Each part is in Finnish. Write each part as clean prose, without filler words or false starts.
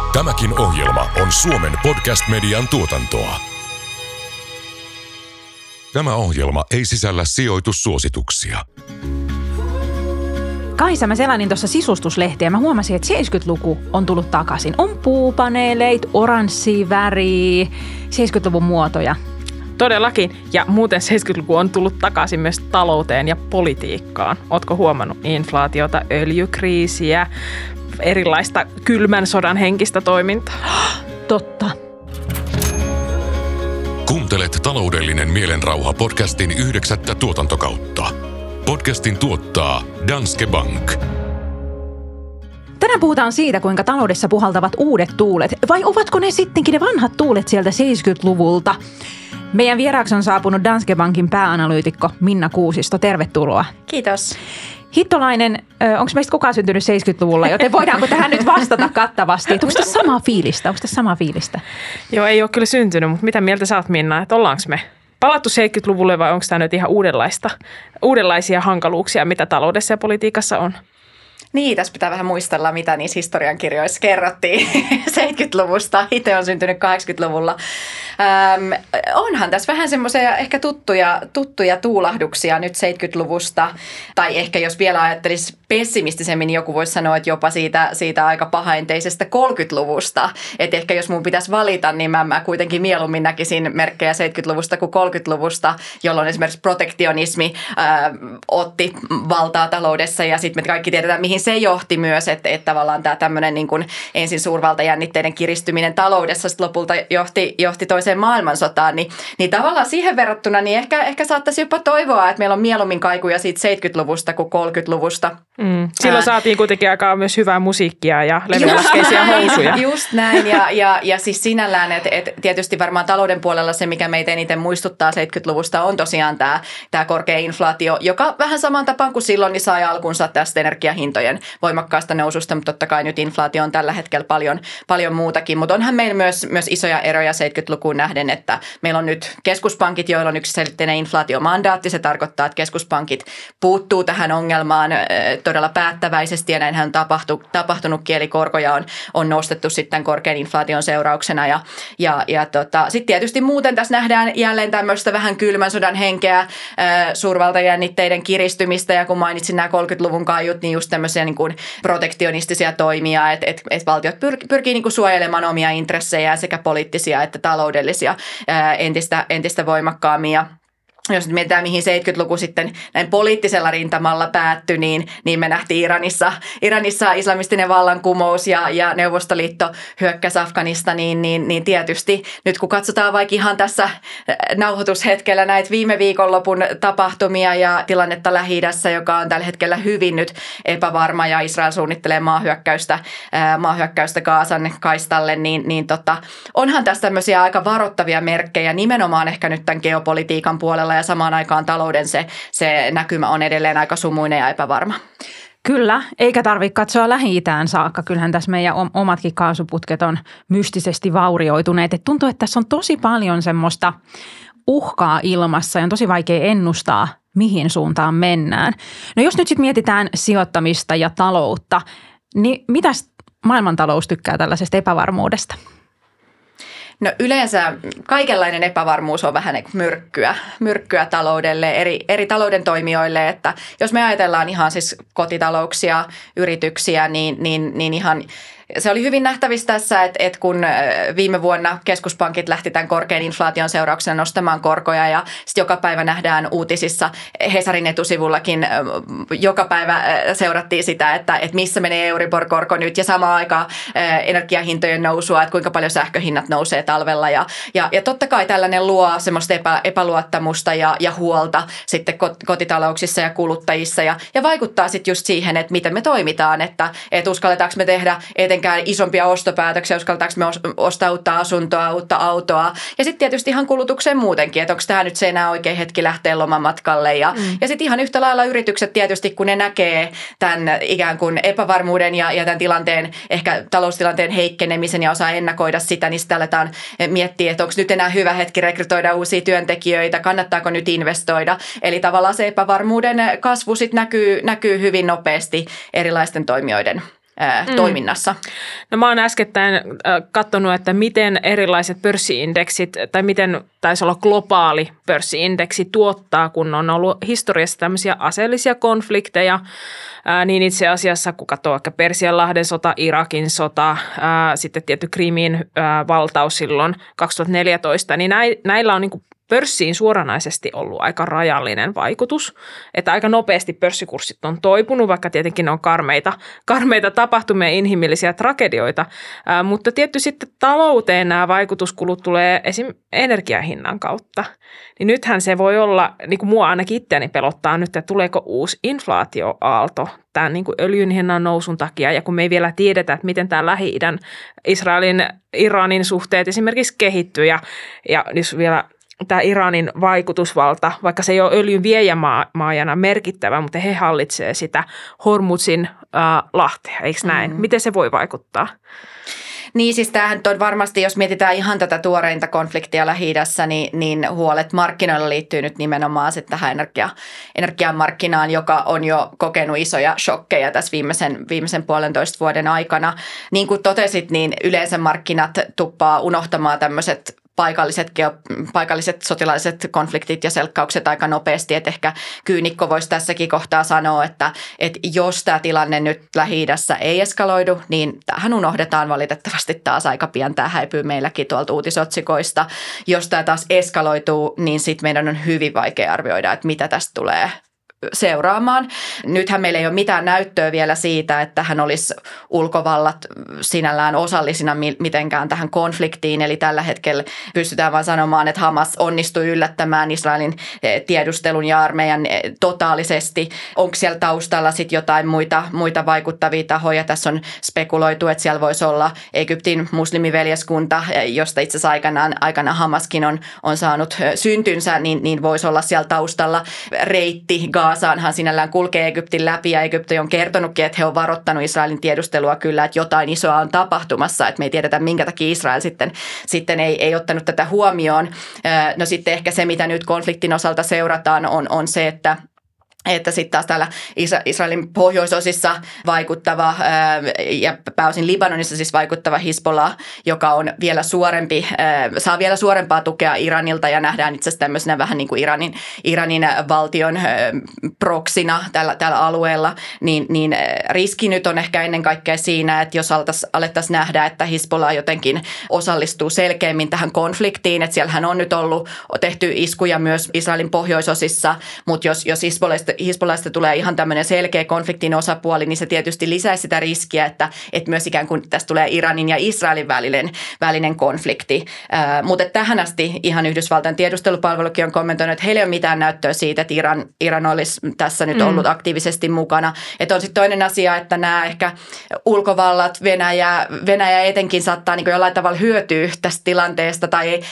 Tämäkin ohjelma on Suomen podcast-median tuotantoa. Tämä ohjelma ei sisällä sijoitussuosituksia. Kaisa, mä selanin tuossa sisustuslehtiä ja mä huomasin, että 70-luku on tullut takaisin. On puupaneeleit, oranssia väriä, 70-luvun muotoja. Todellakin. Ja muuten 70-luku on tullut takaisin myös talouteen ja politiikkaan. Ootko huomannut inflaatiota, öljykriisiä, erilaista kylmän sodan henkistä toimintaa? Totta. Kuuntelet Taloudellinen mielenrauha podcastin 9. tuotantokautta. Podcastin tuottaa Danske Bank. Tänään puhutaan siitä, kuinka taloudessa puhaltavat uudet tuulet, vai ovatko ne sittenkin ne vanhat tuulet sieltä 70-luvulta? Meidän vieraaksi on saapunut Danske Bankin pääanalyytikko Minna Kuusisto. Tervetuloa. Kiitos. Hittolainen, onko meistä kukaan syntynyt 70-luvulla, joten voidaanko tähän nyt vastata kattavasti? Onko tässä samaa fiilistä? Joo, ei ole kyllä syntynyt, mutta mitä mieltä sä oot, Minna, että ollaanko me palattu 70-luvulle vai onko tämä nyt ihan uudenlaisia hankaluuksia, mitä taloudessa ja politiikassa on? Niin, tässä pitää vähän muistella, mitä niissä historiankirjoissa kerrottiin 70-luvusta. Itse on syntynyt 80-luvulla. Onhan tässä vähän semmoisia ehkä tuttuja tuulahduksia nyt 70-luvusta. Tai ehkä jos vielä ajattelisi pessimistisemmin, niin joku voisi sanoa, että jopa siitä aika pahaenteisestä 30-luvusta. Että ehkä jos mun pitäisi valita, niin mä kuitenkin mieluummin näkisin merkkejä 70-luvusta kuin 30-luvusta, jolloin esimerkiksi protektionismi otti valtaa taloudessa ja sitten me kaikki tiedetään, mihin se johti myös, että tavallaan tämä tämmöinen niin kuin ensin suurvaltajännitteiden kiristyminen taloudessa sitten lopulta johti toiseen maailmansotaan, niin tavallaan siihen verrattuna niin ehkä saattaisi jopa toivoa, että meillä on mieluummin kaikuja siitä 70-luvusta kuin 30-luvusta. Silloin saatiin kuitenkin aikaa myös hyvää musiikkia ja leveälaskeisia housuja. Just näin ja siis sinällään, että tietysti varmaan talouden puolella se, mikä meitä eniten muistuttaa 70-luvusta on tosiaan tämä korkea inflaatio, joka vähän samaan tapaan kuin silloin niin sai alkunsa tästä energiahintojen voimakkaasta noususta, mutta totta kai nyt inflaatio on tällä hetkellä paljon muutakin, mutta onhan meillä myös isoja eroja 70-lukuun nähden, että meillä on nyt keskuspankit, joilla on yksiselitteinen inflaatiomandaatti. Se tarkoittaa, että keskuspankit puuttuu tähän ongelmaan todella päättäväisesti ja näinhän on tapahtunutkin, eli korkoja on nostettu sitten korkean inflaation seurauksena ja sitten tietysti muuten tässä nähdään jälleen tämmöistä vähän kylmän sodan henkeä, suurvaltajännitteiden kiristymistä ja kun mainitsin nämä 30-luvun kaiut, niin just tämmöisiä niin kuin protektionistisia toimia, että valtiot pyrkii niin kuin suojelemaan omia intressejä sekä poliittisia että taloudellisia entistä voimakkaammin ja jos nyt mietitään, mihin 70-luku sitten näin poliittisella rintamalla päättyi, niin me nähtiin Iranissa islamistinen vallankumous ja Neuvostoliitto hyökkäsi Afganistaniin, niin tietysti nyt kun katsotaan vaikka ihan tässä nauhoitushetkellä näitä viime viikonlopun tapahtumia ja tilannetta Lähi-idässä, joka on tällä hetkellä hyvin nyt epävarma ja Israel suunnittelee maahyökkäystä Gaasan kaistalle, niin onhan tässä tämmöisiä aika varoittavia merkkejä nimenomaan ehkä nyt tämän geopolitiikan puolella ja samaan aikaan talouden se näkymä on edelleen aika sumuinen ja epävarma. Kyllä, eikä tarvitse katsoa Lähi-Itään saakka. Kyllähän tässä meidän omatkin kaasuputket on mystisesti vaurioituneet. Et tuntuu, että tässä on tosi paljon semmoista uhkaa ilmassa ja on tosi vaikea ennustaa, mihin suuntaan mennään. No jos nyt sitten mietitään sijoittamista ja taloutta, niin mitäs maailmantalous tykkää tällaisesta epävarmuudesta? No yleensä kaikenlainen epävarmuus on vähän myrkkyä taloudelle, eri talouden toimijoille, että jos me ajatellaan ihan siis kotitalouksia, yrityksiä, niin ihan se oli hyvin nähtävissä tässä, että kun viime vuonna keskuspankit lähti tämän korkean inflaation seurauksena nostamaan korkoja ja sitten joka päivä nähdään uutisissa, Hesarin etusivullakin joka päivä seurattiin sitä, että missä menee Euribor-korko nyt ja samaan aikaan energiahintojen nousua, että kuinka paljon sähköhinnat nousee talvella ja totta kai tällainen luo semmoista epäluottamusta ja huolta sitten kotitalouksissa ja kuluttajissa ja vaikuttaa sitten just siihen, että miten me toimitaan, että uskalletaanko me tehdä etenkään isompia ostopäätöksiä, uskaltaako me ostaa uutta asuntoa, uutta autoa ja sitten tietysti ihan kulutukseen muutenkin, että onko tämä nyt se enää oikea hetki lähteä lomamatkalle ja sitten ihan yhtä lailla yritykset tietysti, kun ne näkee tämän ikään kuin epävarmuuden ja tämän tilanteen, ehkä taloustilanteen heikkenemisen ja osaa ennakoida sitä, niin sitten aletaan miettiä, että onko nyt enää hyvä hetki rekrytoida uusia työntekijöitä, kannattaako nyt investoida, eli tavallaan se epävarmuuden kasvu sitten näkyy hyvin nopeasti erilaisten toimijoiden toiminnassa? No mä oon äskettäin katsonut, että miten erilaiset pörssiindeksit tai miten taisi olla globaali pörssiindeksi tuottaa, kun on ollut historiassa tämmöisiä aseellisia konflikteja. Niin itse asiassa, kun katsoo vaikka Persianlahden sota, Irakin sota, sitten tietty Krimin valtaus silloin 2014, niin näillä on niin kuin pörssiin suoranaisesti ollut aika rajallinen vaikutus, että aika nopeasti pörssikurssit on toipunut, vaikka tietenkin ne on karmeita tapahtumia ja inhimillisiä tragedioita, mutta tietty sitten talouteen nämä vaikutuskulut tulee esim. Energiahinnan kautta. Niin nythän se voi olla, niin kuin mua ainakin itseäni pelottaa nyt, että tuleeko uusi inflaatioaalto tämän niin kuin öljyn hinnan nousun takia, ja kun me ei vielä tiedetä, että miten tämä Lähi-idän, Israelin, Iranin suhteet esimerkiksi kehittyy, ja jos vielä tämä Iranin vaikutusvalta, vaikka se ei ole öljyn viejämaajana merkittävä, mutta he hallitsevat sitä Hormuzin lahtea, eikö näin? Miten se voi vaikuttaa? Niin siis tämähän on varmasti, jos mietitään ihan tätä tuoreinta konfliktia Lähi-idässä, niin huolet markkinoilla liittyy nyt nimenomaan sitten tähän energiamarkkinaan, joka on jo kokenut isoja shokkeja tässä viimeisen 1,5 vuoden aikana. Niin kuin totesit, niin yleensä markkinat tuppaa unohtamaan tämmöiset paikalliset sotilaalliset konfliktit ja selkkaukset aika nopeasti, että ehkä kyynikko voisi tässäkin kohtaa sanoa, että jos tämä tilanne nyt Lähi-idässä ei eskaloidu, niin tämähän unohdetaan valitettavasti taas aika pian. Tämä häipyy meilläkin tuolta uutisotsikoista. Jos tämä taas eskaloituu, niin sitten meidän on hyvin vaikea arvioida, että mitä tästä tulee seuraamaan. Nythän meillä ei ole mitään näyttöä vielä siitä, että hän olisi ulkovallat sinällään osallisina mitenkään tähän konfliktiin. Eli tällä hetkellä pystytään vain sanomaan, että Hamas onnistui yllättämään Israelin tiedustelun ja armeijan totaalisesti. Onko siellä taustalla sitten jotain muita vaikuttavia tahoja? Tässä on spekuloitu, että siellä voisi olla Egyptin muslimiveljeskunta, josta itse asiassa aikana Hamaskin on saanut syntynsä, niin voisi olla siellä taustalla reitti Gaasaanhan sinällään kulkee Egyptin läpi ja Egypti on kertonutkin, että he on varoittanut Israelin tiedustelua kyllä, että jotain isoa on tapahtumassa, että me ei tiedetä minkä takia Israel sitten ei ottanut tätä huomioon. No sitten ehkä se, mitä nyt konfliktin osalta seurataan, on se, että sitten taas täällä Israelin pohjoisosissa vaikuttava ja pääosin Libanonissa siis vaikuttava Hizbollah, joka on vielä suurempi, saa vielä suurempaa tukea Iranilta ja nähdään itse asiassa tämmöisenä vähän niin kuin Iranin valtion proksina tällä alueella, niin riski nyt on ehkä ennen kaikkea siinä, että jos alettaisiin nähdä, että Hizbollah jotenkin osallistuu selkeämmin tähän konfliktiin, että siellähän on nyt tehty iskuja myös Israelin pohjoisosissa, mutta jos Hizbollahista tulee ihan tämmöinen selkeä konfliktin osapuoli, niin se tietysti lisäisi sitä riskiä, että myös ikään kuin tästä tulee Iranin ja Israelin välinen konflikti. Mutta tähän asti ihan Yhdysvaltain tiedustelupalvelukin on kommentoinut, että heillä ei ole mitään näyttöä siitä, että Iran olisi tässä nyt ollut aktiivisesti mukana. Että on sitten toinen asia, että nämä ehkä ulkovallat, Venäjä etenkin saattaa niin kuin jollain tavalla hyötyä tästä tilanteesta tai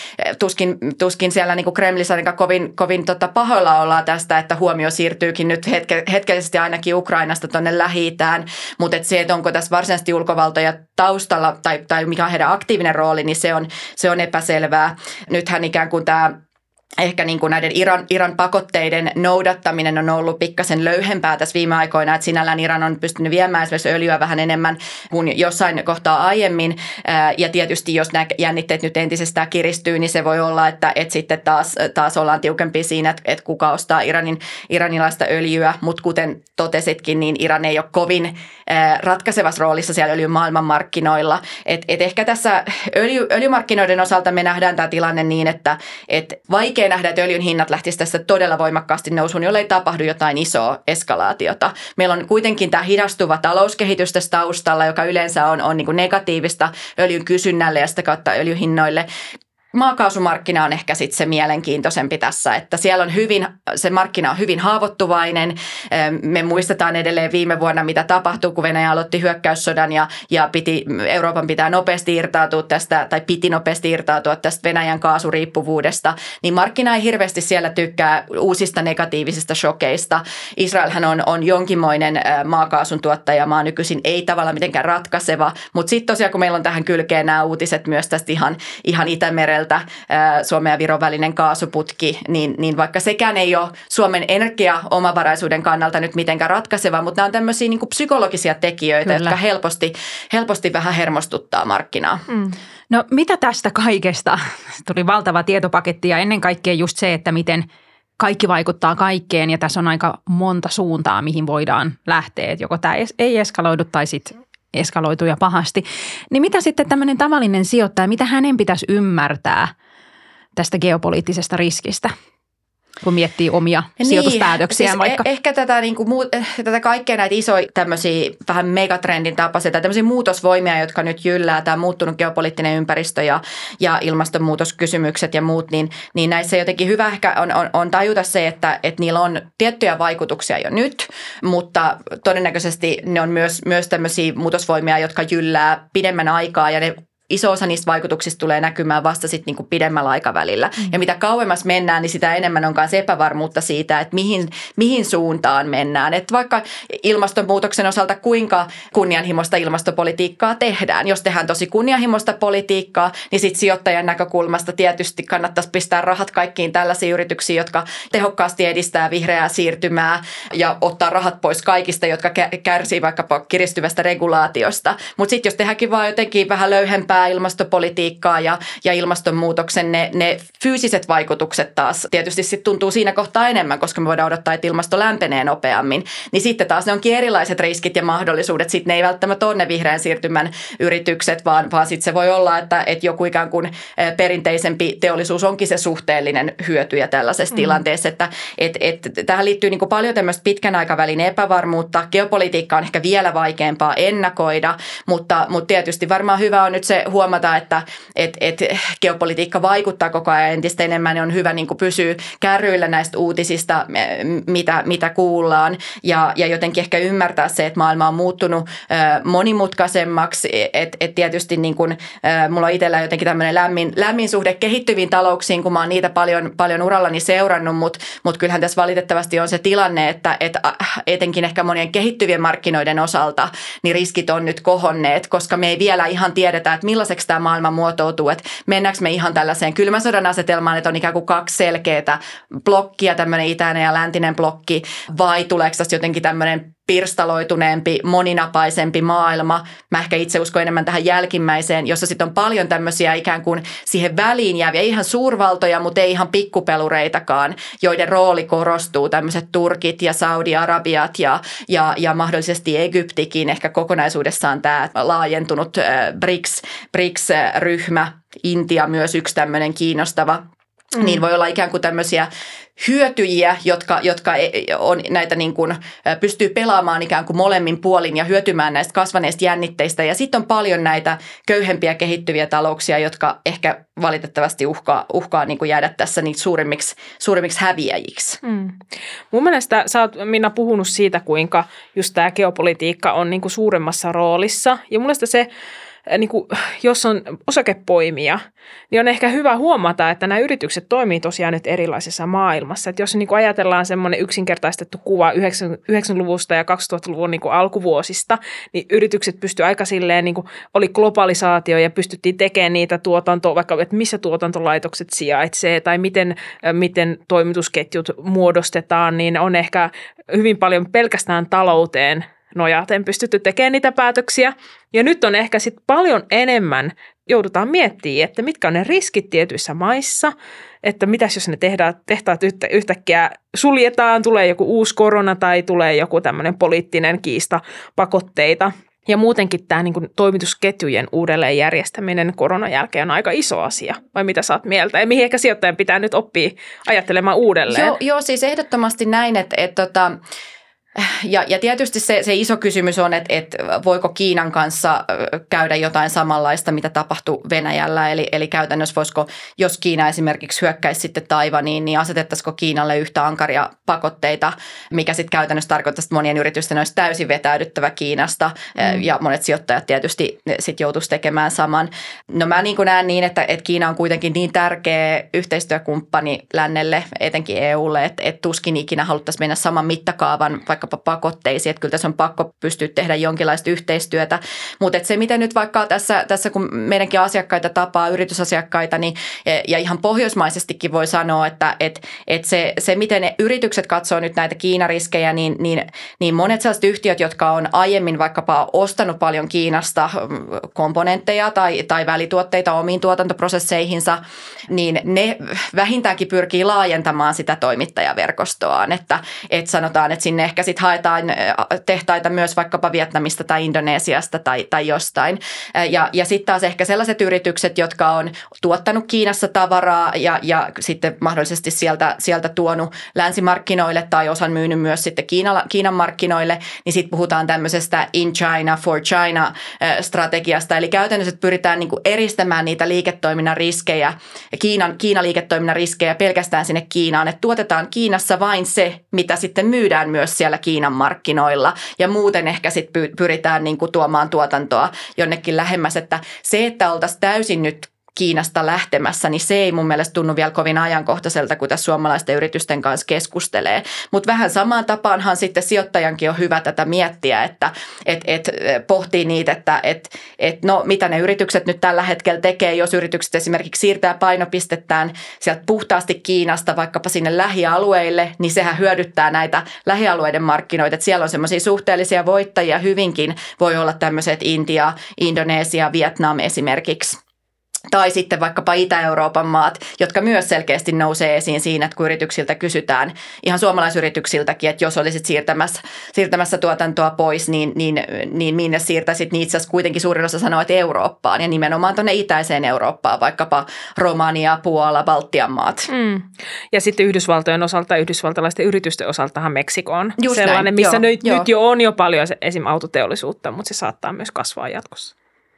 tuskin siellä niin kuin Kremlissä kovin pahoilla ollaan tästä, että huomio siirtyykin nyt hetkellisesti ainakin Ukrainasta tuonne Lähi-itään, mutta se, että onko tässä varsinaisesti ulkovaltoja taustalla tai mikä on heidän aktiivinen rooli, niin se on epäselvää. Nythän ikään kuin tämä ehkä niin kuin näiden Iran pakotteiden noudattaminen on ollut pikkasen löyhempää tässä viime aikoina, että sinällään Iran on pystynyt viemään esimerkiksi öljyä vähän enemmän kuin jossain kohtaa aiemmin. Ja tietysti jos nämä jännitteet nyt entisestään kiristyy, niin se voi olla, että sitten taas ollaan tiukempia siinä, että kuka ostaa iranilaista öljyä. Mutta kuten totesitkin, niin Iran ei ole kovin ratkaisevassa roolissa siellä öljyn maailmanmarkkinoilla. Et ehkä tässä öljymarkkinoiden osalta me nähdään tämä tilanne niin, että vaikea nähdä, että öljyn hinnat lähtisivät tässä todella voimakkaasti nousuun, jolla ei tapahdu jotain isoa eskalaatiota. Meillä on kuitenkin tämä hidastuva talouskehitys tässä taustalla, joka yleensä on niin kuin negatiivista öljyn kysynnälle ja sitä kautta öljyhinnoille. Maakaasumarkkina on ehkä sitten se mielenkiintoisempi tässä, että siellä on se markkina on hyvin haavoittuvainen. Me muistetaan edelleen viime vuonna, mitä tapahtui, kun Venäjä aloitti hyökkäyssodan ja Euroopan pitää nopeasti irtautua tästä, tai piti nopeasti irtautua tästä Venäjän kaasuriippuvuudesta, niin markkina ei hirveästi siellä tykkää uusista negatiivisista shokeista. Israelhän on jonkinmoinen maakaasun tuottaja, maa nykyisin ei tavallaan mitenkään ratkaiseva, mutta sitten tosiaan, kun meillä on tähän kylkeen nämä uutiset myös tästä ihan Itämerellä, alueelta, Suomen ja Viron välinen kaasuputki, niin vaikka sekään ei ole Suomen energiaomavaraisuuden kannalta nyt mitenkään ratkaiseva, mutta nämä on tämmöisiä niin kuin psykologisia tekijöitä, Kyllä. jotka helposti vähän hermostuttaa markkinaa. No mitä tästä kaikesta? Tuli valtava tietopaketti ja ennen kaikkea just se, että miten kaikki vaikuttaa kaikkeen ja tässä on aika monta suuntaa, mihin voidaan lähteä. Että joko tämä ei eskaloidu tai sitten eskaloitu ja pahasti. Niin mitä sitten tämmöinen tavallinen sijoittaja, mitä hänen pitäisi ymmärtää tästä geopoliittisesta riskistä, kun miettii omia sijoituspäätöksiään siis vaikka? Ehkä tätä kaikkea näitä isoja tämmöisiä vähän megatrendin tapaisia tai tämmöisiä muutosvoimia, jotka nyt jyllää, tämä muuttunut geopoliittinen ympäristö ja ilmastonmuutoskysymykset ja muut, niin näissä jotenkin hyvä ehkä on tajuta se, että niillä on tiettyjä vaikutuksia jo nyt, mutta todennäköisesti ne on myös tämmöisiä muutosvoimia, jotka jyllää pidemmän aikaa ja ne iso osa niistä vaikutuksista tulee näkymään vasta sitten niinku pidemmällä aikavälillä. Ja mitä kauemmas mennään, niin sitä enemmän on myös epävarmuutta siitä, että mihin suuntaan mennään. Että vaikka ilmastonmuutoksen osalta kuinka kunnianhimoista ilmastopolitiikkaa tehdään. Jos tehdään tosi kunnianhimoista politiikkaa, niin sitten sijoittajan näkökulmasta tietysti kannattaisi pistää rahat kaikkiin tällaisiin yrityksiin, jotka tehokkaasti edistää vihreää siirtymää ja ottaa rahat pois kaikista, jotka kärsii vaikkapa kiristyvästä regulaatiosta. Mutta sitten jos tehdäänkin vaan jotenkin vähän löyhempää ilmastopolitiikkaa ja ilmastonmuutoksen ne fyysiset vaikutukset taas tietysti sitten tuntuu siinä kohtaa enemmän, koska me voidaan odottaa, että ilmasto lämpenee nopeammin. Niin sitten taas ne onkin erilaiset riskit ja mahdollisuudet. Sitten ne ei välttämättä ole ne vihreän siirtymän yritykset, vaan sitten se voi olla, että joku ikään kuin perinteisempi teollisuus onkin se suhteellinen hyötyjä tällaisessa tilanteessa. Että tähän liittyy niin kuin paljon tämmöistä pitkän aikavälin epävarmuutta. Geopolitiikka on ehkä vielä vaikeampaa ennakoida, mutta tietysti varmaan hyvä on nyt se huomata, että geopolitiikka vaikuttaa koko ajan entistä enemmän, niin on hyvä niin kuin pysyä kärryillä näistä uutisista, mitä kuullaan ja jotenkin ehkä ymmärtää se, että maailma on muuttunut monimutkaisemmaksi, että tietysti niin kuin, mulla on itsellä jotenkin tämmöinen lämmin suhde kehittyviin talouksiin, kun mä oon niitä paljon urallani seurannut, mutta kyllähän tässä valitettavasti on se tilanne, että etenkin ehkä monien kehittyvien markkinoiden osalta niin riskit on nyt kohonneet, koska me ei vielä ihan tiedetä, että millaiseksi tämä maailma muotoutuu, että mennäänkö me ihan tällaiseen kylmän sodan asetelmaan, että on ikään kuin kaksi selkeää blokkia, tämmöinen itäinen ja läntinen blokki, vai tuleeko tästä jotenkin tämmöinen pirstaloituneempi, moninapaisempi maailma. Mä ehkä itse uskon enemmän tähän jälkimmäiseen, jossa sitten on paljon tämmöisiä ikään kuin siihen väliin jääviä, ihan suurvaltoja, mutta ei ihan pikkupelureitakaan, joiden rooli korostuu, tämmöiset Turkit ja Saudi-Arabiat ja mahdollisesti Egyptikin, ehkä kokonaisuudessaan tämä laajentunut BRICS-ryhmä, Intia myös yksi tämmöinen kiinnostava. Niin voi olla ikään kuin tämmöisiä hyötyjiä, jotka on näitä niin kuin, pystyy pelaamaan ikään kuin molemmin puolin ja hyötymään näistä kasvaneista jännitteistä. Ja sitten on paljon näitä köyhempiä kehittyviä talouksia, jotka ehkä valitettavasti uhkaa niin kuin jäädä tässä niitä suurimmiksi häviäjiksi. Mun mielestä sä oot, Minna, puhunut siitä, kuinka just tämä geopolitiikka on niin kuin suuremmassa roolissa. Ja mun mielestä se, niin kuin, jos on osakepoimija, niin on ehkä hyvä huomata, että nämä yritykset toimii tosiaan nyt erilaisessa maailmassa. Että jos niin kuin ajatellaan semmoinen yksinkertaistettu kuva 90-luvusta ja 2000-luvun niin kuin alkuvuosista, niin yritykset pystyivät aika silleen, niin kuin oli globalisaatio ja pystyttiin tekemään niitä tuotantoa, vaikka että missä tuotantolaitokset sijaitsee tai miten toimitusketjut muodostetaan, niin on ehkä hyvin paljon pelkästään talouteen nojaten pystytty tekemään niitä päätöksiä. Ja nyt on ehkä sitten paljon enemmän, joudutaan miettimään, että mitkä on ne riskit tietyissä maissa, että mitäs jos ne tehtaat yhtäkkiä suljetaan, tulee joku uusi korona tai tulee joku tämmöinen poliittinen kiista pakotteita. Ja muutenkin tämä niin kuin toimitusketjujen uudelleenjärjestäminen koronan jälkeen on aika iso asia. Vai mitä sä oot mieltä? Ja mihin ehkä sijoittajan pitää nyt oppia ajattelemaan uudelleen? Joo, siis ehdottomasti näin, että ja tietysti se iso kysymys on, että voiko Kiinan kanssa käydä jotain samanlaista, mitä tapahtui Venäjällä. Eli käytännössä voisiko, jos Kiina esimerkiksi hyökkäisi sitten Taiwaniin, niin asetettaisiko Kiinalle yhtä ankaria pakotteita, mikä sitten käytännössä tarkoittaa, että monien yritysten olisi täysin vetäydyttävä Kiinasta ja monet sijoittajat tietysti sitten joutuisi tekemään saman. No mä niin kuin näen niin, että Kiina on kuitenkin niin tärkeä yhteistyökumppani lännelle, etenkin EUlle, että tuskin ikinä haluttaisiin mennä saman mittakaavan vaikka vaikkapa pakotteisiin, että kyllä tässä on pakko pystyä tehdä jonkinlaista yhteistyötä, mutta se miten nyt vaikka tässä kun meidänkin asiakkaita tapaa, yritysasiakkaita, niin, ja ihan pohjoismaisestikin voi sanoa, että se miten ne yritykset katsoo nyt näitä Kiinariskejä, niin monet sellaiset yhtiöt, jotka on aiemmin vaikkapa ostanut paljon Kiinasta komponentteja tai välituotteita omiin tuotantoprosesseihinsa, niin ne vähintäänkin pyrkii laajentamaan sitä toimittajaverkostoaan, että sanotaan, että sinne ehkä sitten haetaan tehtaita myös vaikkapa Vietnamista tai Indonesiasta tai jostain. Ja sitten taas ehkä sellaiset yritykset, jotka on tuottanut Kiinassa tavaraa ja sitten mahdollisesti sieltä tuonut länsimarkkinoille tai osan myynyt myös sitten Kiinan markkinoille, niin sitten puhutaan tämmöisestä in China for China strategiasta. Eli käytännössä pyritään niin kuin eristämään niitä liiketoiminnan riskejä, Kiinan liiketoiminnan riskejä pelkästään sinne Kiinaan, että tuotetaan Kiinassa vain se, mitä sitten myydään myös siellä Kiinan markkinoilla ja muuten ehkä sitten pyritään niin kuin tuomaan tuotantoa jonnekin lähemmäs, että se, että oltaisiin täysin nyt Kiinasta lähtemässä, niin se ei mun mielestä tunnu vielä kovin ajankohtaiselta, kun tässä suomalaisten yritysten kanssa keskustelee. Mutta vähän samaan tapaanhan sitten sijoittajankin on hyvä tätä miettiä, että pohtii niitä, että no mitä ne yritykset nyt tällä hetkellä tekee, jos yritykset esimerkiksi siirtää painopistettään sieltä puhtaasti Kiinasta vaikkapa sinne lähialueille, niin sehän hyödyttää näitä lähialueiden markkinoita. Että siellä on semmoisia suhteellisia voittajia hyvinkin, voi olla tämmöiset Intia, Indonesia, Vietnam esimerkiksi. Tai sitten vaikkapa Itä-Euroopan maat, jotka myös selkeästi nousee esiin siinä, että kun yrityksiltä kysytään, ihan suomalaisyrityksiltäkin, että jos olisit siirtämässä tuotantoa pois, niin minne siirtäisit, niin itse asiassa kuitenkin suurin osa sanoo, että Eurooppaan ja nimenomaan tuonne itäiseen Eurooppaan, vaikkapa Romania, Puola, Baltian maat. Ja sitten Yhdysvaltojen osalta, yhdysvaltalaisten yritysten osaltahan Meksiko on just sellainen, näin. missä nyt jo on jo paljon esim. Autoteollisuutta, mutta se saattaa myös kasvaa jatkossa.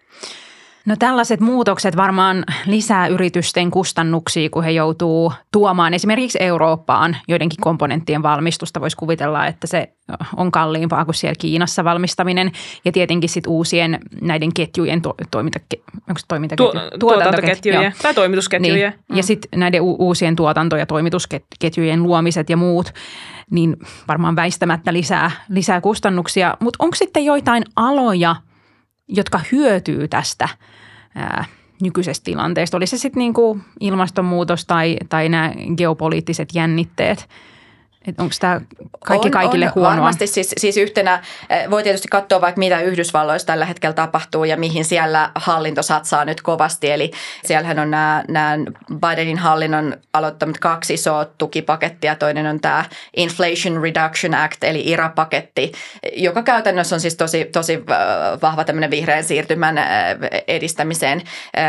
No tällaiset muutokset varmaan lisää yritysten kustannuksia, kun he joutuu tuomaan esimerkiksi Eurooppaan joidenkin komponenttien valmistusta. Voisi kuvitella, että se on kalliimpaa kuin siellä Kiinassa valmistaminen ja tietenkin sitten uusien näiden ketjujen tuotantoketjuja tai toimitusketjuja. Niin. Ja sitten näiden uusien tuotanto- ja toimitusketjujen luomiset ja muut, niin varmaan väistämättä lisää kustannuksia. Mutta onko sitten joitain aloja, jotka hyötyy tästä nykyisestä tilanteesta? Oli se sitten niinku ilmastonmuutos tai nämä geopoliittiset jännitteet? Onko tämä kaikki kaikille huonoa? Varmasti siis yhtenä voi tietysti katsoa vaikka mitä Yhdysvalloissa tällä hetkellä tapahtuu ja mihin siellä hallinto satsaa nyt kovasti. Eli siellähän on nämä Bidenin hallinnon aloittamat 2 isoa tukipakettia. Toinen on tämä Inflation Reduction Act eli IRA-paketti, joka käytännössä on siis tosi vahva tämmöinen vihreän siirtymän edistämiseen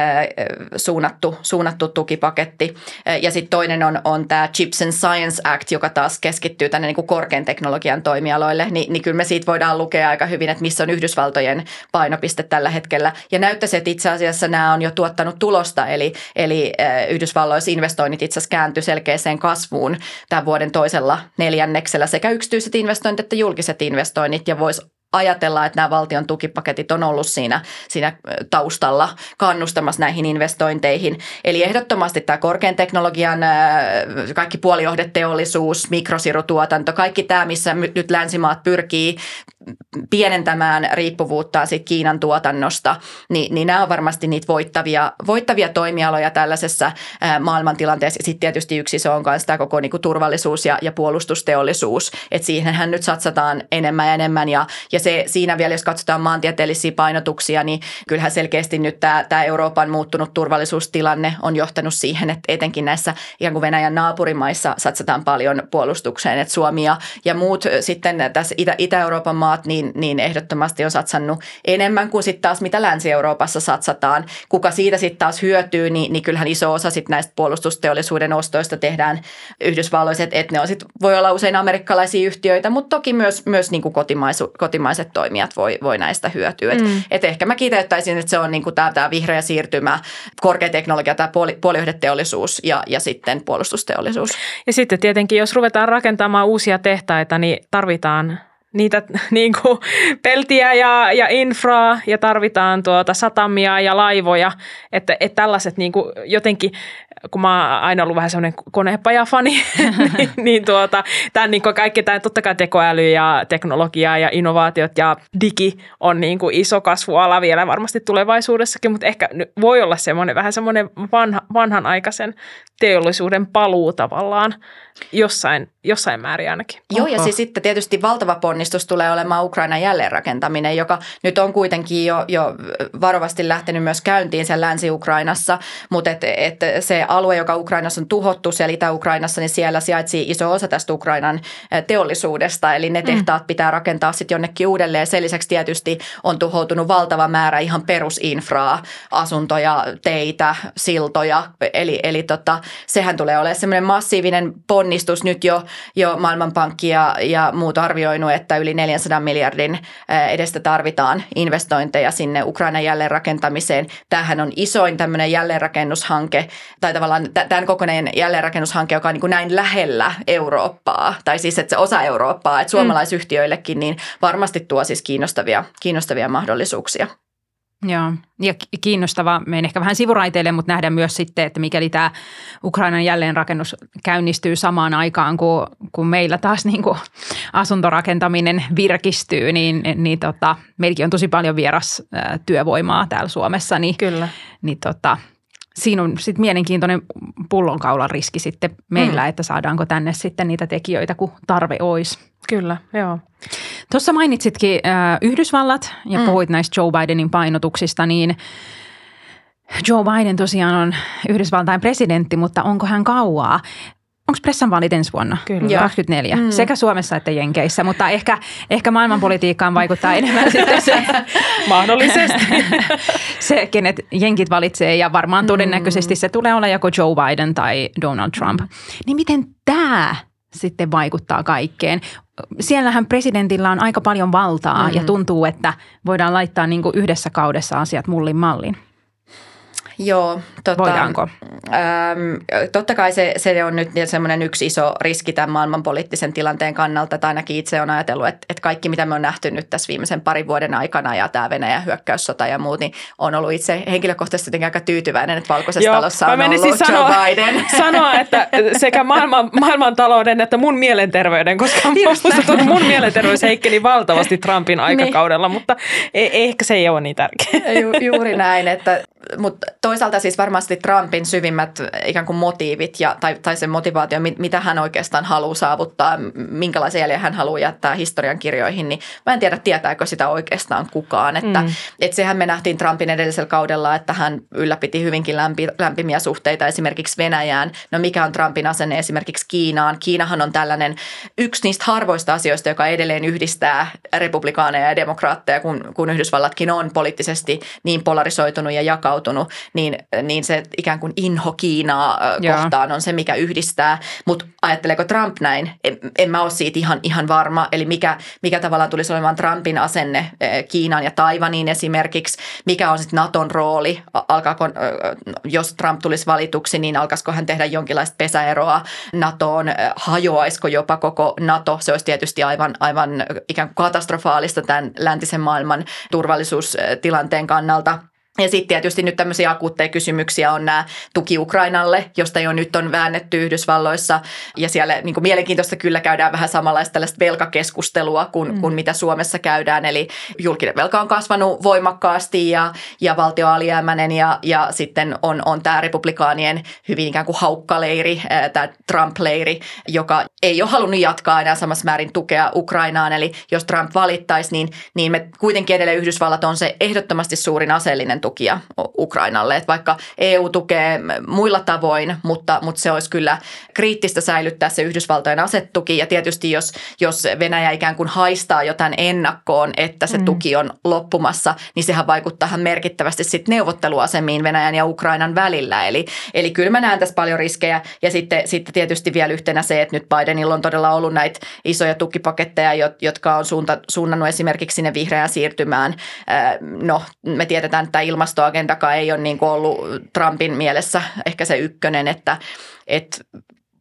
suunnattu tukipaketti. Ja sitten toinen on tämä Chips and Science Act, joka taas keskittyy tänne niin kuin korkean teknologian toimialoille, niin kyllä me siitä voidaan lukea aika hyvin, että missä on Yhdysvaltojen painopiste tällä hetkellä. Ja näyttäisi, että itse asiassa nämä on jo tuottanut tulosta, eli Yhdysvalloissa investoinnit itse asiassa kääntyi selkeäseen kasvuun tämän vuoden toisella neljänneksellä sekä yksityiset investoinnit että julkiset investoinnit ja voisi ajatella, että nämä valtion tukipaketit on ollut siinä taustalla kannustamassa näihin investointeihin. Eli ehdottomasti tämä korkean teknologian kaikki puolijohdeteollisuus, mikrosirutuotanto, kaikki tämä, missä nyt länsimaat pyrkii pienentämään riippuvuuttaan siitä Kiinan tuotannosta, niin nämä on varmasti niitä voittavia toimialoja tällaisessa maailmantilanteessa. Sitten tietysti yksi iso on myös tämä koko niin kuin turvallisuus ja puolustusteollisuus, että siihenhän nyt satsataan enemmän ja enemmän ja se siinä vielä, jos katsotaan maantieteellisiä painotuksia, niin kyllähän selkeästi nyt tämä Euroopan muuttunut turvallisuustilanne on johtanut siihen, että etenkin näissä ikään kuin Venäjän naapurimaissa satsataan paljon puolustukseen, että Suomi ja muut sitten tässä Itä-Euroopan maat, niin ehdottomasti on satsannut enemmän kuin sitten taas mitä Länsi-Euroopassa satsataan. Kuka siitä sitten taas hyötyy, niin kyllähän iso osa sitten näistä puolustusteollisuuden ostoista tehdään Yhdysvalloissa, että ne on sit, voi olla usein amerikkalaisia yhtiöitä, mutta toki myös niin kuin kotimaiset toimijat voi näistä hyötyä. Et ehkä mä kiteyttäisin, että se on niin kuin tämä vihreä siirtymä, korkea teknologia, tämä puolijohdeteollisuus ja sitten puolustusteollisuus. Ja sitten tietenkin, jos ruvetaan rakentamaan uusia tehtaita, niin tarvitaan niitä niin kuin peltiä ja infraa ja tarvitaan satamia ja laivoja, että tällaiset niin kuin jotenkin, kun mä oon aina ollut vähän semmoinen konepajafani, niin tämän niin kuin kaikki tämä totta kai tekoäly ja teknologia ja innovaatiot ja digi on niin kuin iso kasvuala vielä varmasti tulevaisuudessakin, mutta ehkä voi olla semmoinen vähän semmoinen vanhanaikaisen teollisuuden paluu tavallaan jossain määrin ainakin. Joo, ja siis sitten tietysti valtava ponnistus tulee olemaan Ukrainan jälleenrakentaminen, joka nyt on kuitenkin jo varovasti lähtenyt myös käyntiin siellä Länsi-Ukrainassa, mutta se alue, joka Ukrainassa on tuhottu siellä Itä-Ukrainassa, niin siellä sijaitsee iso osa tästä Ukrainan teollisuudesta, eli ne tehtaat pitää rakentaa sitten jonnekin uudelleen. Sen lisäksi tietysti on tuhoutunut valtava määrä ihan perusinfraa, asuntoja, teitä, siltoja, eli sehän tulee olemaan semmoinen massiivinen ponnistus. Nyt jo Maailmanpankki ja muut arvioinut, että yli 400 miljardin edestä tarvitaan investointeja sinne Ukrainan jälleenrakentamiseen. Tämähän on isoin tämmöinen jälleenrakennushanke, tai tavallaan tämän kokoinen jälleenrakennushanke, joka on niin kuin näin lähellä Eurooppaa, tai siis että se osa Eurooppaa, että suomalaisyhtiöillekin niin varmasti tuo siis kiinnostavia mahdollisuuksia. Joo, ja kiinnostavaa, menen ehkä vähän sivuraiteille, mutta nähdään myös sitten, että mikäli tämä Ukrainan jälleenrakennus käynnistyy samaan aikaan, kun meillä taas niin kuin asuntorakentaminen virkistyy, niin meilläkin on tosi paljon vierastyövoimaa täällä Suomessa. Kyllä. Siinä on sitten mielenkiintoinen pullonkaulan riski sitten meillä, että saadaanko tänne sitten niitä tekijöitä, kun tarve olisi. Kyllä, joo. Tuossa mainitsitkin Yhdysvallat ja puhuit näistä Joe Bidenin painotuksista, niin Joe Biden tosiaan on Yhdysvaltain presidentti, mutta onko hän kauaa? Onko pressanvaalit ensi vuonna? Kyllä. 24. Sekä Suomessa että Jenkeissä, mutta ehkä maailmanpolitiikkaan vaikuttaa enemmän sitten se. Mahdollisesti. Se, kenet jenkit valitsee ja varmaan todennäköisesti se tulee olla joko Joe Biden tai Donald Trump. Niin miten tämä sitten vaikuttaa kaikkeen? Siellähän presidentillä on aika paljon valtaa ja tuntuu, että voidaan laittaa niin kuin yhdessä kaudessa asiat mullin mallin. Joo, voidaanko? Totta kai se on nyt semmoinen yksi iso riski tämän maailmanpoliittisen tilanteen kannalta, että ainakin itse olen ajatellut, että kaikki mitä me on nähty nyt tässä viimeisen parin vuoden aikana ja tämä Venäjän hyökkäyssota ja muut, niin on ollut itse henkilökohtaisesti jotenkin aika tyytyväinen, että Valkoisessa talossa on ollut Joe Biden. Sanoa, että sekä maailmantalouden että mun mielenterveyden, koska mun mielenterveys heikkeni valtavasti Trumpin aikakaudella, mutta ehkä se ei ole niin tärkeä. Juuri näin, mutta toisaalta siis varmasti Trumpin syvimmät ikään kuin motiivit tai se motivaatio, mitä hän oikeastaan haluaa saavuttaa, minkälaisen jäljen hän haluaa jättää historiankirjoihin, niin mä en tiedä, tietääkö sitä oikeastaan kukaan. Että sehän me nähtiin Trumpin edellisellä kaudella, että hän ylläpiti hyvinkin lämpimiä suhteita esimerkiksi Venäjään. No mikä on Trumpin asenne esimerkiksi Kiinaan? Kiinahan on tällainen yksi niistä harvoista asioista, joka edelleen yhdistää republikaaneja ja demokraatteja, kun Yhdysvallatkin on poliittisesti niin polarisoitunut ja jakautunut, niin se ikään kuin inho Kiinaa kohtaan on se, mikä yhdistää. Mutta ajatteleeko Trump näin? En mä ole siitä ihan varma. Eli mikä tavallaan tulisi olemaan Trumpin asenne Kiinaan ja Taiwaniin esimerkiksi? Mikä on sitten Naton rooli? Jos Trump tulisi valituksi, niin alkaisiko hän tehdä jonkinlaista pesäeroa NATOon? Hajoaisiko jopa koko NATO? Se olisi tietysti aivan ikään kuin katastrofaalista tämän läntisen maailman turvallisuustilanteen kannalta. Ja sitten tietysti nyt tämmöisiä akuutteja kysymyksiä on nämä tuki Ukrainalle, josta jo nyt on väännetty Yhdysvalloissa. Ja siellä niin kuin mielenkiintoista kyllä käydään vähän samanlaista tällaista velkakeskustelua kuin mitä Suomessa käydään. Eli julkinen velka on kasvanut voimakkaasti ja valtio alijäämäinen ja sitten on tämä republikaanien hyvin ikään kuin haukkaleiri, tämä Trump-leiri, joka ei ole halunnut jatkaa enää samassa määrin tukea Ukrainaan. Eli jos Trump valittaisi, niin me kuitenkin edelleen Yhdysvallat on se ehdottomasti suurin aseellinen tukia Ukrainalle. Että vaikka EU tukee muilla tavoin, mutta se olisi kyllä kriittistä säilyttää se Yhdysvaltojen asetuki. Ja tietysti jos Venäjä ikään kuin haistaa jotain ennakkoon, että se tuki on loppumassa, niin sehän vaikuttaa merkittävästi sitten neuvotteluasemiin Venäjän ja Ukrainan välillä. Eli kyllä mä näen tässä paljon riskejä. Ja sitten tietysti vielä yhtenä se, että nyt Bidenilla on todella ollut näitä isoja tukipaketteja, jotka on suunnannut esimerkiksi sinne vihreään siirtymään. No, me tiedetään, että ilmastoagendakaan ei ole niin kuin ollut Trumpin mielessä ehkä se ykkönen, että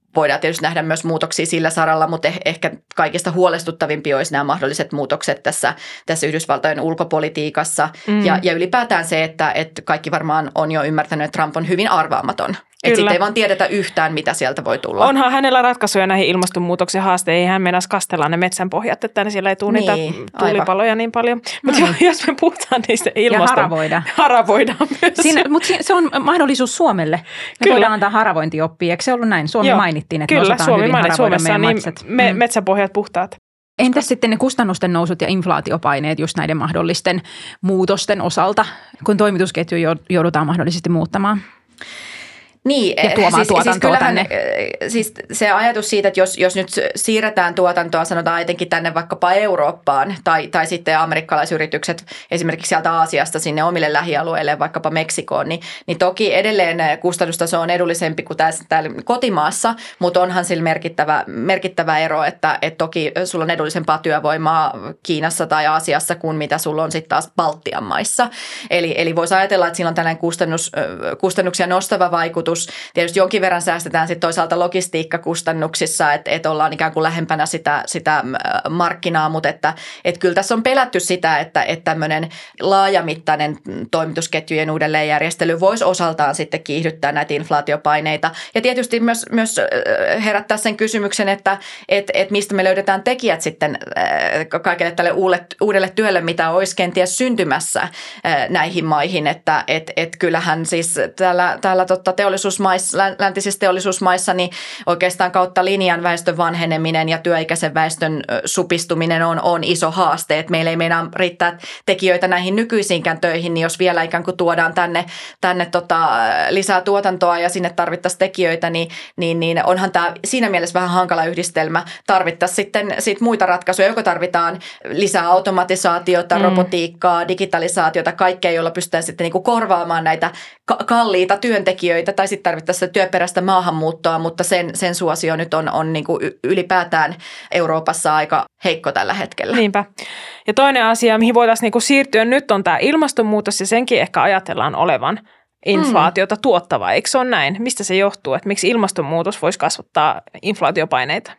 voidaan tietysti nähdä myös muutoksia sillä saralla, mutta ehkä kaikista huolestuttavimpia olisi nämä mahdolliset muutokset tässä Yhdysvaltojen ulkopolitiikassa. Ja ylipäätään se, että kaikki varmaan on jo ymmärtänyt, että Trump on hyvin arvaamaton. Että sitten ei vaan tiedetä yhtään, mitä sieltä voi tulla. Onhan hänellä ratkaisuja näihin ilmastonmuutoksen haasteihin. Hän meinasi kastella ne metsänpohjat, että siellä ei tule niitä tuulipaloja niin paljon. Mutta jos me puhutaan niistä ilmaston... Ja haravoidaan myös. Mutta se on mahdollisuus Suomelle. Me voidaan antaa haravointioppia. Eikö se ollut näin? Suomi mainittiin, että me osataan hyvin haravoida meidän metsät. Metsäpohjat puhtaat. Entäs sitten ne kustannusten nousut ja inflaatiopaineet just näiden mahdollisten muutosten osalta, kun toimitusketju joudutaan mahdollisesti muuttamaan? Niin, ja tuomaan tuotantoa tänne. Siis se ajatus siitä, että jos nyt siirretään tuotantoa, sanotaan etenkin tänne vaikkapa Eurooppaan tai sitten amerikkalaisyritykset esimerkiksi sieltä Aasiasta sinne omille lähialueille, vaikkapa Meksikoon, niin toki edelleen kustannustaso on edullisempi kuin täällä kotimaassa, mutta onhan sillä merkittävä ero, että toki sulla on edullisempaa työvoimaa Kiinassa tai Aasiassa kuin mitä sulla on sitten taas Baltian maissa. Eli voisi ajatella, että sillä on tällainen kustannuksia nostava vaikutus. Tietysti jonkin verran säästetään sitten toisaalta logistiikkakustannuksissa, että ollaan ikään kuin lähempänä sitä markkinaa, mutta että kyllä tässä on pelätty sitä, että tämmöinen laajamittainen toimitusketjujen uudelleenjärjestely voisi osaltaan sitten kiihdyttää näitä inflaatiopaineita. Ja tietysti myös herättää sen kysymyksen, että mistä me löydetään tekijät sitten kaikille tälle uudelle työlle, mitä olisi kenties syntymässä näihin maihin, että kyllähän siis täällä läntisissä teollisuusmaissa, niin oikeastaan kautta linjan väestön vanheneminen ja työikäisen väestön supistuminen on iso haaste. Että meillä ei meinaa riittää tekijöitä näihin nykyisiinkään töihin, niin jos vielä ikään kuin tuodaan tänne lisää tuotantoa ja sinne tarvittaisiin tekijöitä, niin onhan tämä siinä mielessä vähän hankala yhdistelmä. Tarvittaisiin sitten muita ratkaisuja, joko tarvitaan lisää automatisaatiota, robotiikkaa, digitalisaatiota, kaikkea, jolla pystytään sitten niin kuin korvaamaan näitä kalliita työntekijöitä tai sitten tarvittaisiin työperäistä maahanmuuttoa, mutta sen suosio nyt on niin kuin ylipäätään Euroopassa aika heikko tällä hetkellä. Niinpä. Ja toinen asia, mihin voitaisiin niin kuin siirtyä nyt, on tämä ilmastonmuutos ja senkin ehkä ajatellaan olevan inflaatiota tuottava. Eikö se ole näin? Mistä se johtuu? Että miksi ilmastonmuutos voisi kasvattaa inflaatiopaineita?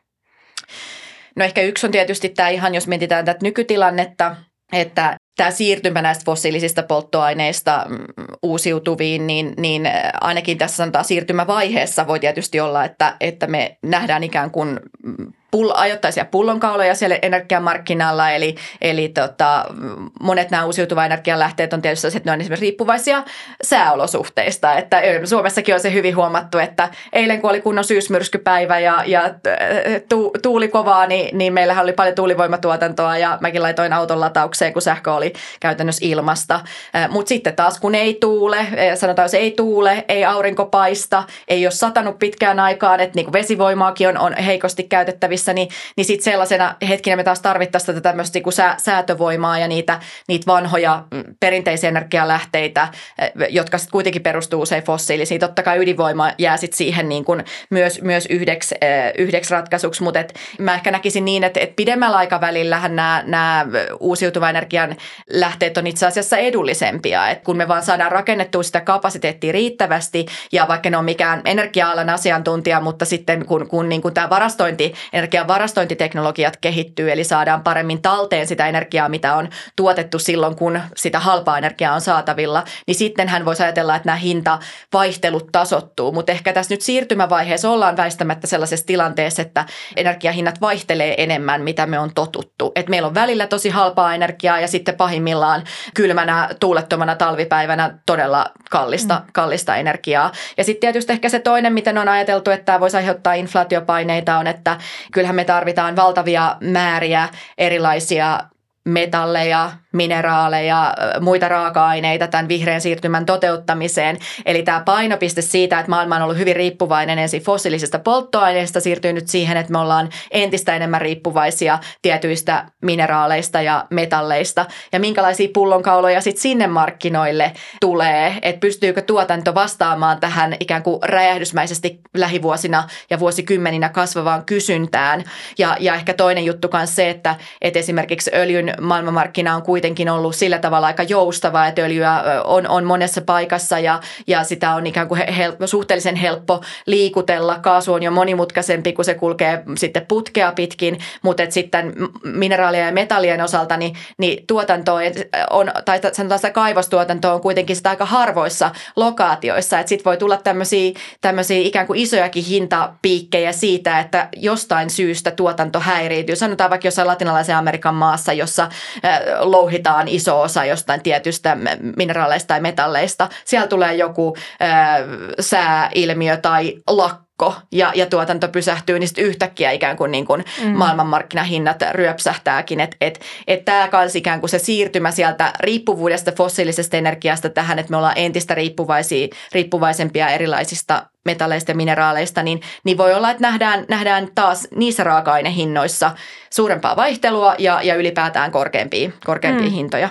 No ehkä yksi on tietysti tämä ihan, jos mietitään tätä nykytilannetta, että tämä siirtymä näistä fossiilisista polttoaineista uusiutuviin, niin ainakin tässä sanotaan siirtymävaiheessa voi tietysti olla, että me nähdään ikään kuin ajoittaisia pullonkauloja siellä energiamarkkinalla, eli monet nämä uusiutuva energialähteet on tietysti että ne on esimerkiksi riippuvaisia sääolosuhteista, että Suomessakin on se hyvin huomattu, että eilen kun oli kunnon syysmyrskypäivä ja tuuli kovaa, niin meillähän oli paljon tuulivoimatuotantoa ja mäkin laitoin auton lataukseen, kun sähkö oli käytännössä ilmasta, mutta sitten taas kun ei tuule, sanotaan jos ei tuule, ei aurinko paista, ei ole satanut pitkään aikaan, että niin kuin vesivoimaakin on heikosti käytettävissä, niin sitten sellaisena hetkinä me taas tarvittaisiin tätä tämmöistä niin kuin säätövoimaa ja niitä vanhoja perinteisiä energialähteitä, jotka sitten kuitenkin perustuu usein fossiilisiin. Totta kai ydinvoima jää sitten siihen niin kuin myös yhdeksi ratkaisuksi, mutta mä ehkä näkisin niin, että pidemmällä aikavälillähän nämä uusiutuvan energian lähteet on itse asiassa edullisempia, että kun me vaan saadaan rakennettua sitä kapasiteettia riittävästi ja vaikka ne on mikään energia-alan asiantuntija, mutta sitten kun niin kuin tämä varastointiteknologiat kehittyy, eli saadaan paremmin talteen sitä energiaa, mitä on tuotettu silloin, kun sitä halpaa energiaa on saatavilla, niin sitten hän voisi ajatella, että nämä hintavaihtelut tasoittuu. Mutta ehkä tässä nyt siirtymävaiheessa ollaan väistämättä sellaisessa tilanteessa, että energiahinnat vaihtelee enemmän, mitä me on totuttu. Et meillä on välillä tosi halpaa energiaa ja sitten pahimmillaan kylmänä, tuulettomana talvipäivänä todella kallista energiaa. Ja sitten tietysti ehkä se toinen, miten on ajateltu, että tämä voisi aiheuttaa inflaatiopaineita, on, että kyllähän me tarvitaan valtavia määriä erilaisia metalleja, mineraaleja, muita raaka-aineita tämän vihreän siirtymän toteuttamiseen. Eli tämä painopiste siitä, että maailma on ollut hyvin riippuvainen ensin fossiilisista polttoaineista, siirtyy nyt siihen, että me ollaan entistä enemmän riippuvaisia tietyistä mineraaleista ja metalleista. Ja minkälaisia pullonkauloja sitten sinne markkinoille tulee, että pystyykö tuotanto vastaamaan tähän ikään kuin räjähdysmäisesti lähivuosina ja vuosikymmeninä kasvavaan kysyntään. Ja ehkä toinen juttu myös se, että esimerkiksi öljyn maailmanmarkkina on kuitenkin kuitenkin ollut sillä tavalla aika joustavaa, että öljyä on monessa paikassa ja sitä on ikään kuin suhteellisen helppo liikutella. Kaasu on jo monimutkaisempi, kun se kulkee sitten putkea pitkin, mutta sitten mineraalien ja metallien osalta niin tuotanto on, tai sanotaan sitä kaivostuotanto on kuitenkin sitä aika harvoissa lokaatioissa, että sitten voi tulla tämmöisiä ikään kuin isojakin hintapiikkejä siitä, että jostain syystä tuotanto häiriintyy. Sanotaan vaikka jossain latinalaisen Amerikan maassa, jossa louhitaan iso osa jostain tietystä mineraaleista tai metalleista. Siellä tulee joku sääilmiö tai lakko ja tuotanto pysähtyy, niin sitten yhtäkkiä ikään kuin, maailmanmarkkinahinnat ryöpsähtääkin. Että tämä kanssa ikään kuin se siirtymä sieltä riippuvuudesta fossiilisesta energiasta tähän, että me ollaan entistä riippuvaisempia erilaisista metalleista ja mineraaleista, niin voi olla, että nähdään taas niissä raaka-ainehinnoissa suurempaa vaihtelua ja ylipäätään korkeampia hintoja.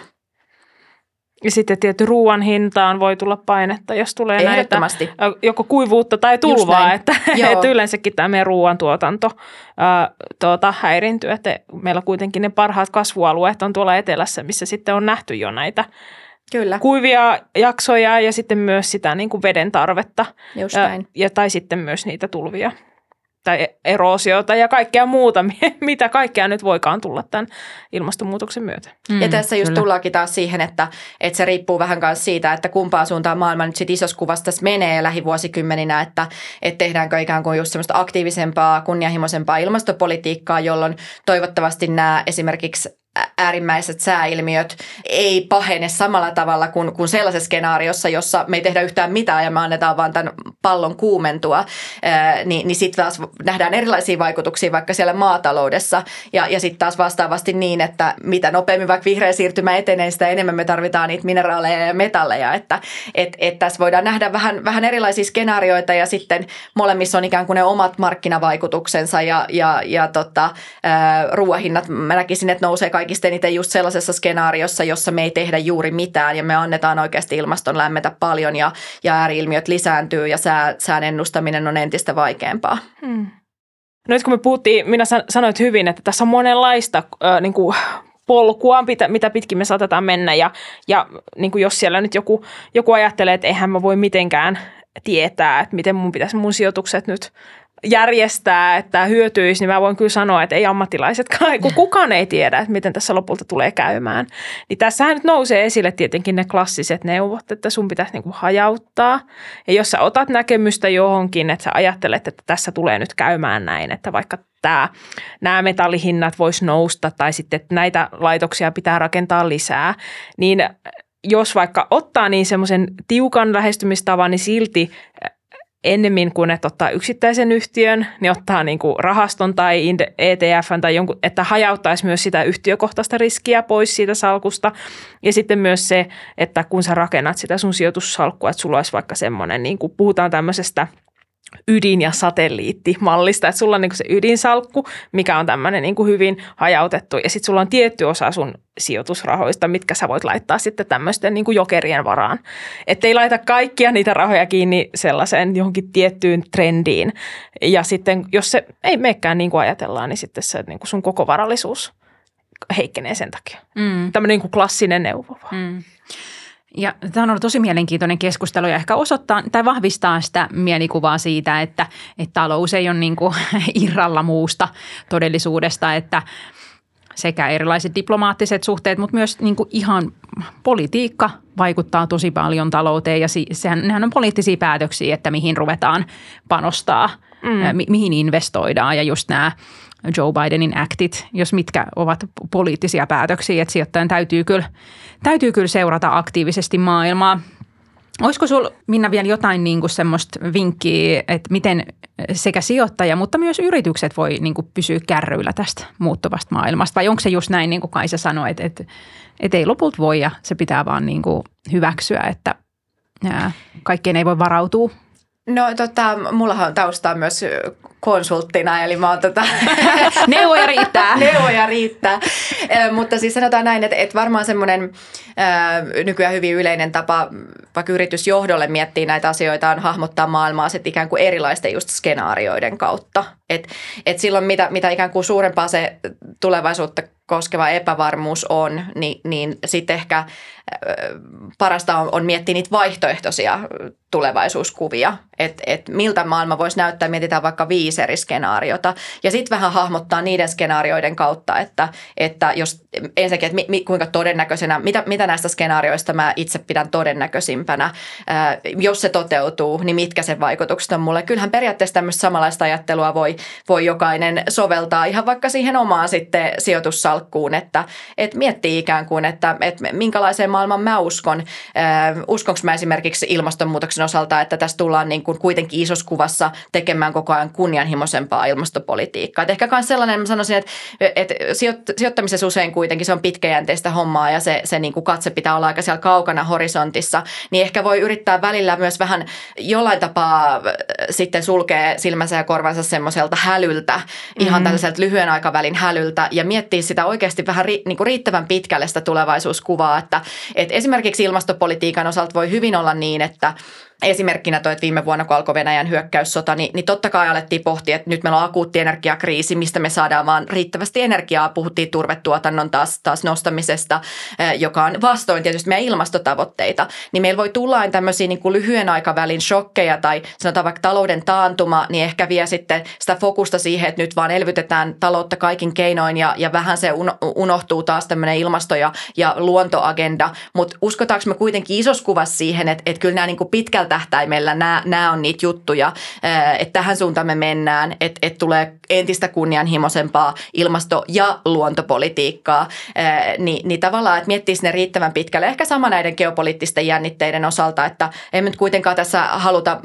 Ja sitten tietty ruoan hintaan voi tulla painetta, jos tulee näitä joko kuivuutta tai tulvaa, että yleensäkin tämä meidän ruoantuotanto häiriintyy, että meillä kuitenkin ne parhaat kasvualueet on tuolla etelässä, missä sitten on nähty jo näitä kuivia jaksoja ja sitten myös sitä niin kuin veden tarvetta tai sitten myös niitä tulvia tai eroosiota ja kaikkea muuta, mitä kaikkea nyt voikaan tulla tämän ilmastonmuutoksen myötä. Ja tässä just tullaankin taas siihen, että se riippuu vähän myös siitä, että kumpaan suuntaan maailma nyt sitten isossa kuvassa tässä menee lähivuosikymmeninä, että tehdäänkö ikään kuin just semmoista aktiivisempaa, kunnianhimoisempaa ilmastopolitiikkaa, jolloin toivottavasti nämä esimerkiksi äärimmäiset sääilmiöt ei pahene samalla tavalla kuin sellaisessa skenaariossa, jossa me ei tehdä yhtään mitään ja me annetaan vaan tämän pallon kuumentua, niin sitten taas nähdään erilaisia vaikutuksia vaikka siellä maataloudessa ja sitten taas vastaavasti niin, että mitä nopeammin vaikka vihreä siirtymä etenee, sitä enemmän me tarvitaan niitä mineraaleja ja metalleja, että tässä voidaan nähdä vähän erilaisia skenaarioita ja sitten molemmissa on ikään kuin ne omat markkinavaikutuksensa ja ruoahinnat mä näkisin, että nousee kaikista eniten just sellaisessa skenaariossa, jossa me ei tehdä juuri mitään ja me annetaan oikeasti ilmaston lämmetä paljon ja ääri-ilmiöt lisääntyy ja sään ennustaminen on entistä vaikeampaa. No nyt kun me puhuttiin, minä sanoit hyvin, että tässä on monenlaista niin kuin polkua, mitä pitkin me saatetaan mennä ja niin kuin jos siellä nyt joku ajattelee, että eihän mä voi mitenkään tietää, että miten mun pitäisi mun sijoitukset nyt järjestää, että hyötyisi, niin mä voin kyllä sanoa, että ei ammattilaisetkaan, kun kukaan ei tiedä, että miten tässä lopulta tulee käymään. Niin tässähän nyt nousee esille tietenkin ne klassiset neuvot, että sun pitäisi niin kuin hajauttaa. Ja jos sä otat näkemystä johonkin, että sä ajattelet, että tässä tulee nyt käymään näin, että vaikka nämä metallihinnat vois nousta tai sitten että näitä laitoksia pitää rakentaa lisää, niin jos vaikka ottaa niin semmoisen tiukan lähestymistavan, niin silti ennemmin kuin että ottaa yksittäisen yhtiön, niin ottaa niin kuin rahaston tai ETF:n tai jonkun, että hajauttaisi myös sitä yhtiökohtaista riskiä pois siitä salkusta. Ja sitten myös se, että kun sä rakennat sitä sun sijoitussalkkua, että sulla olisi vaikka semmoinen, niin kuin puhutaan tämmöisestä ydin- ja satelliittimallista, että sulla on niin kuin se ydinsalkku, mikä on tämmöinen niin kuin hyvin hajautettu ja sitten sulla on tietty osa sun sijoitusrahoista, mitkä sä voit laittaa sitten tämmöisten niin kuin jokerien varaan. Että ei laita kaikkia niitä rahoja kiinni sellaiseen johonkin tiettyyn trendiin ja sitten jos se ei meekään niin kuin ajatellaan, niin sitten se niin kuin sun koko varallisuus heikkenee sen takia. Tämmöinen niin kuin klassinen neuvo vaan. Ja tämä on ollut tosi mielenkiintoinen keskustelu ja ehkä osoittaa tai vahvistaa sitä mielikuvaa siitä, että talous ei ole niin kuin irralla muusta todellisuudesta, että sekä erilaiset diplomaattiset suhteet, mutta myös niin kuin ihan politiikka vaikuttaa tosi paljon talouteen ja nehän on poliittisia päätöksiä, että mihin ruvetaan panostaa, mihin investoidaan ja just nämä Joe Bidenin actit, jos mitkä ovat poliittisia päätöksiä, että sijoittajan täytyy kyllä seurata aktiivisesti maailmaa. Olisiko sinulla, Minna, vielä jotain niin kuin semmoista vinkkiä, että miten sekä sijoittaja, mutta myös yritykset voi niin kuin pysyä kärryillä tästä muuttuvasta maailmasta? Vai onko se just näin, niin kuin Kaisa sanoi, että ei lopulta voi ja se pitää vaan niin kuin hyväksyä, että kaikkeen ei voi varautua? No mullahan on taustaa myös konsulttina, eli mä oon Neuvoja riittää. Neuvoja riittää. Mutta siis sanotaan näin, että varmaan semmoinen nykyään hyvin yleinen tapa vaikka yritysjohdolle miettiä näitä asioita on hahmottaa maailmaa sitten ikään kuin erilaisten just skenaarioiden kautta. Et silloin mitä ikään kuin suurempaa se tulevaisuutta koskeva epävarmuus on, niin sitten ehkä parasta on miettiä niitä vaihtoehtoisia tulevaisuuskuvia, että miltä maailma voisi näyttää, mietitään vaikka 5 eri skenaariota ja sitten vähän hahmottaa niiden skenaarioiden kautta, että jos ensinnäkin, että kuinka todennäköisenä, mitä näistä skenaarioista mä itse pidän todennäköisimpänä, jos se toteutuu, niin mitkä sen vaikutukset on mulle. Kyllähän periaatteessa tämmöistä samanlaista ajattelua voi jokainen soveltaa ihan vaikka siihen omaan sitten sijoitussalkkuun, että miettii ikään kuin, että minkälaiseen maailman mä uskon. Uskonko mä esimerkiksi ilmastonmuutoksen osalta, että tässä tullaan niin kuin kuitenkin isossa kuvassa tekemään koko ajan kunnianhimoisempaa ilmastopolitiikkaa. Et ehkä myös sellainen, mä sanoisin, että sijoittamisessa usein kuitenkin se on pitkäjänteistä hommaa ja se niin kuin katse pitää olla aika siellä kaukana horisontissa, niin ehkä voi yrittää välillä myös vähän jollain tapaa sitten sulkea silmänsä ja korvansa semmoiselta hälyltä, ihan tällaiselta lyhyen aikavälin hälyltä ja miettiä sitä oikeasti vähän niin kuin riittävän pitkälle sitä tulevaisuuskuvaa, että esimerkiksi ilmastopolitiikan osalta voi hyvin olla niin, että esimerkkinä toi, että viime vuonna, kun alkoi Venäjän hyökkäyssota, niin totta kai alettiin pohtia, että nyt meillä on akuutti energiakriisi, mistä me saadaan vaan riittävästi energiaa. Puhuttiin turvetuotannon taas nostamisesta, joka on vastoin tietysti meidän ilmastotavoitteita. Niin meillä voi tulla aina tämmöisiä niin kuin lyhyen aikavälin shokkeja tai sanotaan vaikka talouden taantuma, niin ehkä vie sitten sitä fokusta siihen, että nyt vaan elvytetään taloutta kaikin keinoin ja vähän se unohtuu taas tämmöinen ilmasto- ja luontoagenda. Mutta uskotaanko me kuitenkin isossa kuvassa siihen, että kyllä nämä niin kuin pitkällä tähtäimellä nämä on niitä juttuja, että tähän suuntaan me mennään, että tulee entistä kunnianhimoisempaa ilmasto- ja luontopolitiikkaa, niin tavallaan, että miettii sinne riittävän pitkälle. Ehkä sama näiden geopoliittisten jännitteiden osalta, että emme nyt kuitenkaan tässä haluta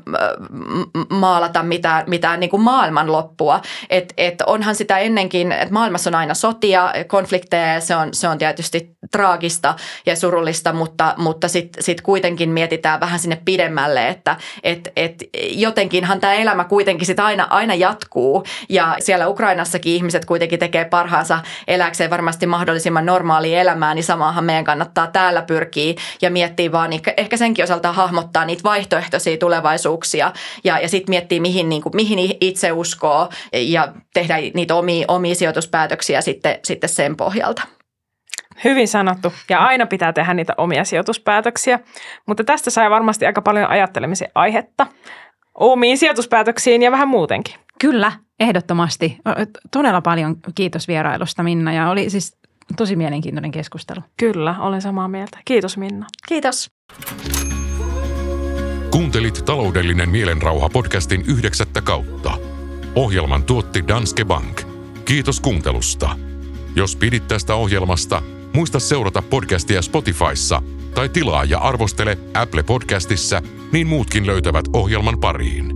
maalata mitään niin kuin maailmanloppua. Että onhan sitä ennenkin, että maailmassa on aina sotia, konflikteja, se on tietysti traagista ja surullista, mutta sit kuitenkin mietitään vähän sinne pidemmälle, että jotenkinhan tämä elämä kuitenkin sit aina jatkuu ja siellä Ukrainassakin ihmiset kuitenkin tekee parhaansa elääkseen varmasti mahdollisimman normaalia elämää, niin samaahan meidän kannattaa täällä pyrkiä ja miettiä vaan ehkä senkin osalta hahmottaa niitä vaihtoehtoisia tulevaisuuksia ja sitten miettiä mihin itse uskoo ja tehdä niitä omia sijoituspäätöksiä sitten sen pohjalta. Hyvin sanottu. Ja aina pitää tehdä niitä omia sijoituspäätöksiä. Mutta tästä sai varmasti aika paljon ajattelemisen aihetta omiin sijoituspäätöksiin ja vähän muutenkin. Kyllä, ehdottomasti. Todella paljon kiitos vierailusta, Minna, ja oli siis tosi mielenkiintoinen keskustelu. Kyllä, olen samaa mieltä. Kiitos, Minna. Kiitos. Kuuntelit Taloudellinen mielenrauha podcastin 9. kautta. Ohjelman tuotti Danske Bank. Kiitos kuuntelusta. Jos pidit tästä ohjelmasta, muista seurata podcastia Spotifyssa tai tilaa ja arvostele Apple Podcastissa, niin muutkin löytävät ohjelman pariin.